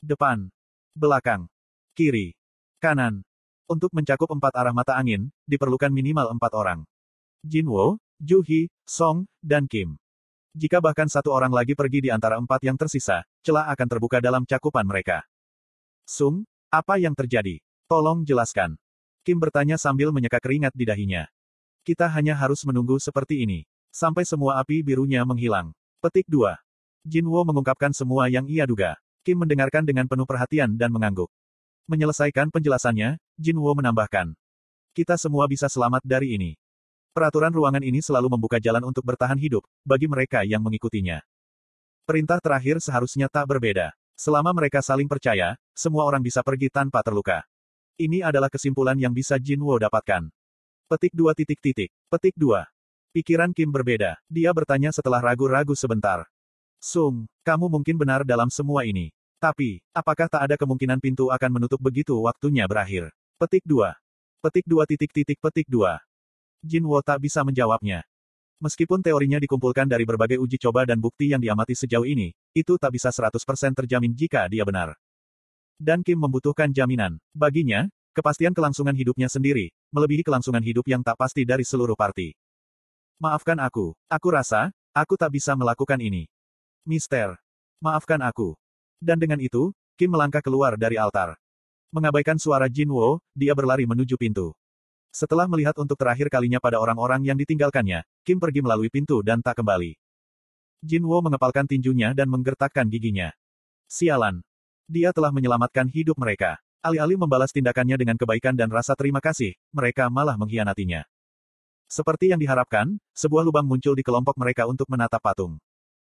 depan, belakang, kiri, kanan. Untuk mencakup 4 arah mata angin, diperlukan minimal 4 orang. Jinwo, Juhi, Song, dan Kim. Jika bahkan 1 orang lagi pergi di antara 4 yang tersisa, celah akan terbuka dalam cakupan mereka. Sung, apa yang terjadi? Tolong jelaskan. Kim bertanya sambil menyeka keringat di dahinya. Kita hanya harus menunggu seperti ini. Sampai semua api birunya menghilang. Petik 2. Jinwo mengungkapkan semua yang ia duga. Kim mendengarkan dengan penuh perhatian dan mengangguk. Menyelesaikan penjelasannya, Jinwo menambahkan. Kita semua bisa selamat dari ini. Peraturan ruangan ini selalu membuka jalan untuk bertahan hidup, bagi mereka yang mengikutinya. Perintah terakhir seharusnya tak berbeda. Selama mereka saling percaya, semua orang bisa pergi tanpa terluka. Ini adalah kesimpulan yang bisa Jinwo dapatkan. Petik 2. Petik 2. Pikiran Kim berbeda. Dia bertanya setelah ragu-ragu sebentar. Sung, kamu mungkin benar dalam semua ini. Tapi, apakah tak ada kemungkinan pintu akan menutup begitu waktunya berakhir? Petik 2. Petik 2. Petik 2. Jinwo tak bisa menjawabnya. Meskipun teorinya dikumpulkan dari berbagai uji coba dan bukti yang diamati sejauh ini, itu tak bisa 100% terjamin jika dia benar. Dan Kim membutuhkan jaminan. Baginya, kepastian kelangsungan hidupnya sendiri, melebihi kelangsungan hidup yang tak pasti dari seluruh parti. Maafkan aku. Aku rasa, aku tak bisa melakukan ini. Mister. Maafkan aku. Dan dengan itu, Kim melangkah keluar dari altar. Mengabaikan suara Jinwo, dia berlari menuju pintu. Setelah melihat untuk terakhir kalinya pada orang-orang yang ditinggalkannya, Kim pergi melalui pintu dan tak kembali. Jinwo mengepalkan tinjunya dan menggertakkan giginya. Sialan. Dia telah menyelamatkan hidup mereka. Alih-alih membalas tindakannya dengan kebaikan dan rasa terima kasih, mereka malah mengkhianatinya. Seperti yang diharapkan, sebuah lubang muncul di kelompok mereka untuk menatap patung.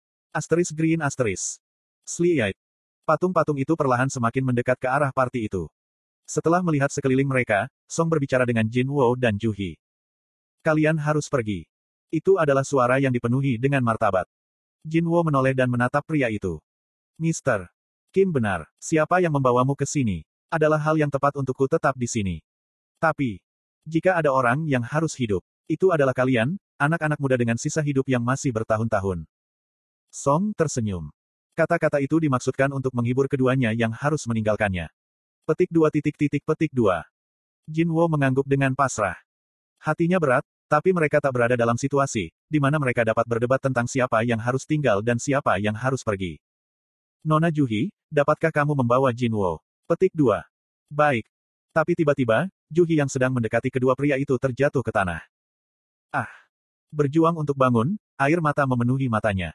Green. Sleeite. Patung-patung itu perlahan semakin mendekat ke arah parti itu. Setelah melihat sekeliling mereka, Song berbicara dengan Jinwo dan Juhi. Kalian harus pergi. Itu adalah suara yang dipenuhi dengan martabat. Jinwo menoleh dan menatap pria itu. Mister. Kim benar. Siapa yang membawamu ke sini? Adalah hal yang tepat untukku tetap di sini. Tapi, jika ada orang yang harus hidup, itu adalah kalian, anak-anak muda dengan sisa hidup yang masih bertahun-tahun. Song tersenyum. Kata-kata itu dimaksudkan untuk menghibur keduanya yang harus meninggalkannya. Petik 2. Petik 2. Jinwo mengangguk dengan pasrah. Hatinya berat, tapi mereka tak berada dalam situasi, di mana mereka dapat berdebat tentang siapa yang harus tinggal dan siapa yang harus pergi. Nona Juhi, dapatkah kamu membawa Jinwo? Petik 2. Baik. Tapi tiba-tiba, Juhi yang sedang mendekati kedua pria itu terjatuh ke tanah. Berjuang untuk bangun, air mata memenuhi matanya.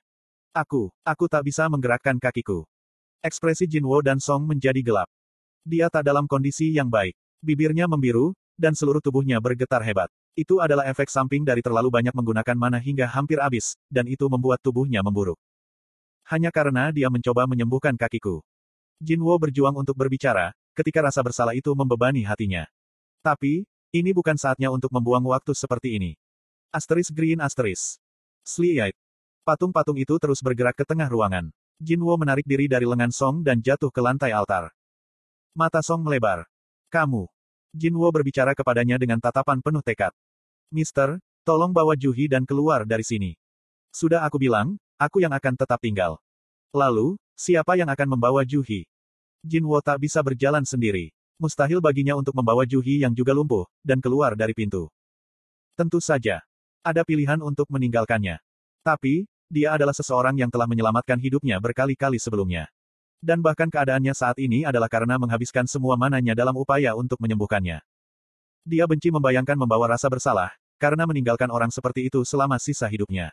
Aku tak bisa menggerakkan kakiku. Ekspresi Jinwo dan Song menjadi gelap. Dia tak dalam kondisi yang baik. Bibirnya membiru, dan seluruh tubuhnya bergetar hebat. Itu adalah efek samping dari terlalu banyak menggunakan mana hingga hampir habis, dan itu membuat tubuhnya memburuk. Hanya karena dia mencoba menyembuhkan kakiku. Jinwo berjuang untuk berbicara, ketika rasa bersalah itu membebani hatinya. Tapi, ini bukan saatnya untuk membuang waktu seperti ini. Green. Sleeite. Patung-patung itu terus bergerak ke tengah ruangan. Jinwo menarik diri dari lengan Song dan jatuh ke lantai altar. Mata Song melebar. Kamu. Jinwo berbicara kepadanya dengan tatapan penuh tekad. Mister, tolong bawa Juhi dan keluar dari sini. Sudah aku bilang, aku yang akan tetap tinggal. Lalu, siapa yang akan membawa Juhi? Jinwo tak bisa berjalan sendiri. Mustahil baginya untuk membawa Juhi yang juga lumpuh, dan keluar dari pintu. Tentu saja. Ada pilihan untuk meninggalkannya. Tapi, dia adalah seseorang yang telah menyelamatkan hidupnya berkali-kali sebelumnya. Dan bahkan keadaannya saat ini adalah karena menghabiskan semua mananya dalam upaya untuk menyembuhkannya. Dia benci membayangkan membawa rasa bersalah, karena meninggalkan orang seperti itu selama sisa hidupnya.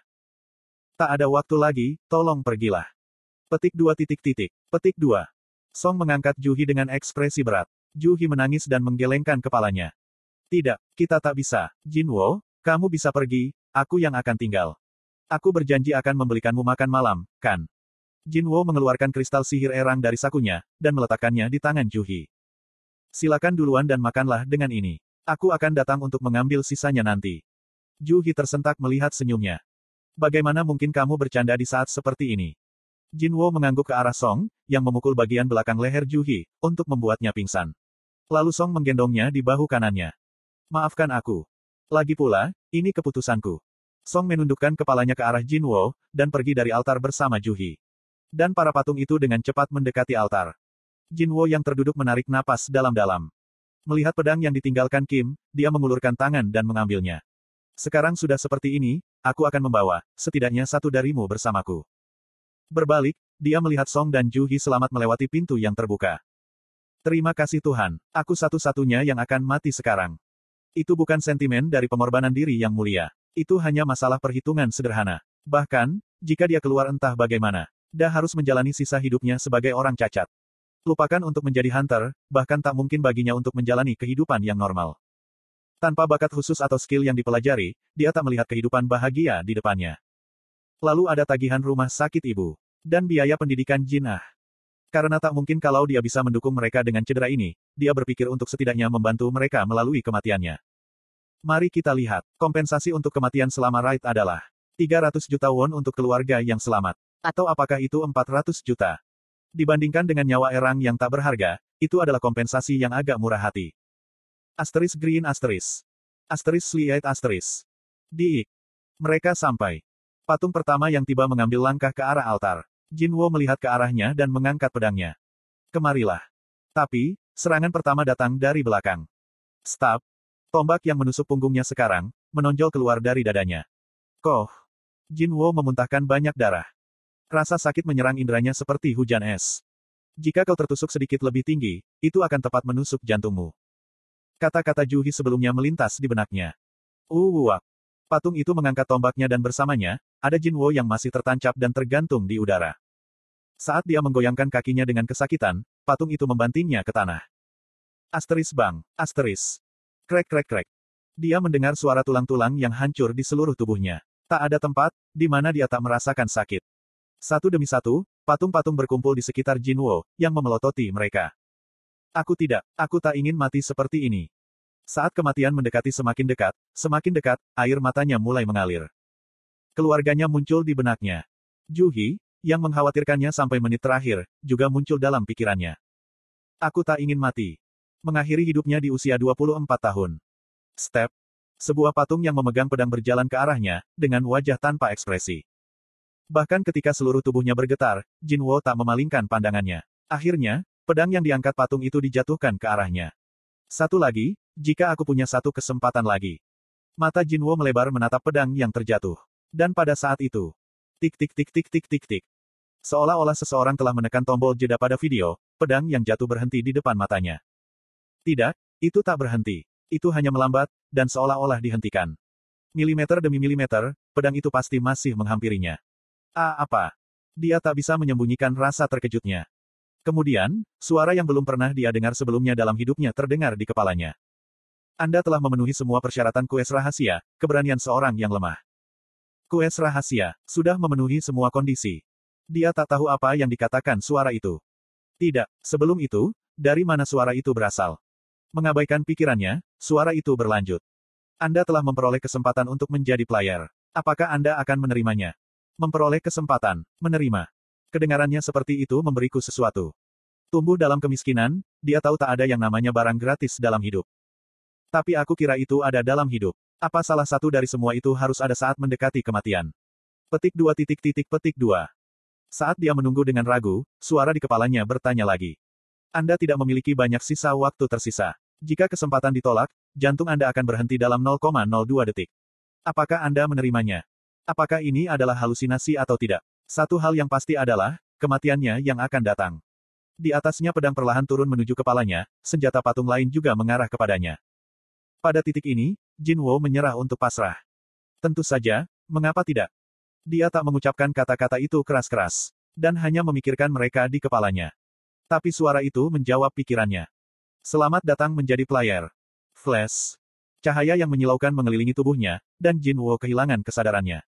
Tak ada waktu lagi, tolong pergilah. Petik 2. Petik 2. Song mengangkat Juhi dengan ekspresi berat. Juhi menangis dan menggelengkan kepalanya. Tidak, kita tak bisa. Jinwo, kamu bisa pergi, aku yang akan tinggal. Aku berjanji akan membelikanmu makan malam, kan? Jinwo mengeluarkan kristal sihir erang dari sakunya, dan meletakkannya di tangan Juhi. Silakan duluan dan makanlah dengan ini. Aku akan datang untuk mengambil sisanya nanti. Juhi tersentak melihat senyumnya. Bagaimana mungkin kamu bercanda di saat seperti ini? Jinwo mengangguk ke arah Song, yang memukul bagian belakang leher Juhi, untuk membuatnya pingsan. Lalu Song menggendongnya di bahu kanannya. Maafkan aku. Lagi pula, ini keputusanku. Song menundukkan kepalanya ke arah Jinwo, dan pergi dari altar bersama Juhi. Dan para patung itu dengan cepat mendekati altar. Jinwo yang terduduk menarik napas dalam-dalam. Melihat pedang yang ditinggalkan Kim, dia mengulurkan tangan dan mengambilnya. Sekarang sudah seperti ini, aku akan membawa, setidaknya satu darimu bersamaku. Berbalik, dia melihat Song dan Ju-hee selamat melewati pintu yang terbuka. Terima kasih Tuhan, aku satu-satunya yang akan mati sekarang. Itu bukan sentimen dari pengorbanan diri yang mulia. Itu hanya masalah perhitungan sederhana. Bahkan, jika dia keluar entah bagaimana, dia harus menjalani sisa hidupnya sebagai orang cacat. Lupakan untuk menjadi hunter, bahkan tak mungkin baginya untuk menjalani kehidupan yang normal. Tanpa bakat khusus atau skill yang dipelajari, dia tak melihat kehidupan bahagia di depannya. Lalu ada tagihan rumah sakit ibu. Dan biaya pendidikan Jin Ah. Karena tak mungkin kalau dia bisa mendukung mereka dengan cedera ini, dia berpikir untuk setidaknya membantu mereka melalui kematiannya. Mari kita lihat, kompensasi untuk kematian selama raid adalah 300 juta won untuk keluarga yang selamat. Atau apakah itu 400 juta? Dibandingkan dengan nyawa Erang yang tak berharga, itu adalah kompensasi yang agak murah hati. Asterisk green asterisk. Asterisk slight asterisk. Diik. Mereka sampai. Patung pertama yang tiba mengambil langkah ke arah altar. Jinwo melihat ke arahnya dan mengangkat pedangnya. Kemarilah. Tapi, serangan pertama datang dari belakang. Stab. Tombak yang menusuk punggungnya sekarang, menonjol keluar dari dadanya. Koh. Jinwo memuntahkan banyak darah. Rasa sakit menyerang inderanya seperti hujan es. Jika kau tertusuk sedikit lebih tinggi, itu akan tepat menusuk jantungmu. Kata-kata Ju-hee sebelumnya melintas di benaknya. Uwak. Patung itu mengangkat tombaknya dan bersamanya, ada Jinwo yang masih tertancap dan tergantung di udara. Saat dia menggoyangkan kakinya dengan kesakitan, patung itu membantingnya ke tanah. Asteris bang, asteris. Krek krek krek. Dia mendengar suara tulang-tulang yang hancur di seluruh tubuhnya. Tak ada tempat, di mana dia tak merasakan sakit. Satu demi satu, patung-patung berkumpul di sekitar Jinwo, yang memelototi mereka. Aku tak ingin mati seperti ini. Saat kematian mendekati semakin dekat, air matanya mulai mengalir. Keluarganya muncul di benaknya. Ju-hee, yang mengkhawatirkannya sampai menit terakhir, juga muncul dalam pikirannya. Aku tak ingin mati. Mengakhiri hidupnya di usia 24 tahun. Step. Sebuah patung yang memegang pedang berjalan ke arahnya, dengan wajah tanpa ekspresi. Bahkan ketika seluruh tubuhnya bergetar, Jinwo tak memalingkan pandangannya. Akhirnya, pedang yang diangkat patung itu dijatuhkan ke arahnya. Satu lagi, jika aku punya satu kesempatan lagi. Mata Jinwo melebar menatap pedang yang terjatuh. Dan pada saat itu, tik tik tik tik tik tik tik. Seolah-olah seseorang telah menekan tombol jeda pada video, pedang yang jatuh berhenti di depan matanya. Tidak, itu tak berhenti. Itu hanya melambat, dan seolah-olah dihentikan. Milimeter demi milimeter, pedang itu pasti masih menghampirinya. Apa? Dia tak bisa menyembunyikan rasa terkejutnya. Kemudian, suara yang belum pernah dia dengar sebelumnya dalam hidupnya terdengar di kepalanya. Anda telah memenuhi semua persyaratan kues rahasia, keberanian seorang yang lemah. Kues rahasia, sudah memenuhi semua kondisi. Dia tak tahu apa yang dikatakan suara itu. Tidak, sebelum itu, dari mana suara itu berasal? Mengabaikan pikirannya, suara itu berlanjut. Anda telah memperoleh kesempatan untuk menjadi player. Apakah Anda akan menerimanya? Memperoleh kesempatan, menerima. Kedengarannya seperti itu memberiku sesuatu. Tumbuh dalam kemiskinan, dia tahu tak ada yang namanya barang gratis dalam hidup. Tapi aku kira itu ada dalam hidup. Apa salah satu dari semua itu harus ada saat mendekati kematian? Petik 2 titik titik petik 2. Saat dia menunggu dengan ragu, suara di kepalanya bertanya lagi. Anda tidak memiliki banyak sisa waktu tersisa. Jika kesempatan ditolak, jantung Anda akan berhenti dalam 0,02 detik. Apakah Anda menerimanya? Apakah ini adalah halusinasi atau tidak? Satu hal yang pasti adalah, kematiannya yang akan datang. Di atasnya pedang perlahan turun menuju kepalanya, senjata patung lain juga mengarah kepadanya. Pada titik ini, Jinwo menyerah untuk pasrah. Tentu saja, mengapa tidak? Dia tak mengucapkan kata-kata itu keras-keras. Dan hanya memikirkan mereka di kepalanya. Tapi suara itu menjawab pikirannya. Selamat datang menjadi player. Flash. Cahaya yang menyilaukan mengelilingi tubuhnya, dan Jinwo kehilangan kesadarannya.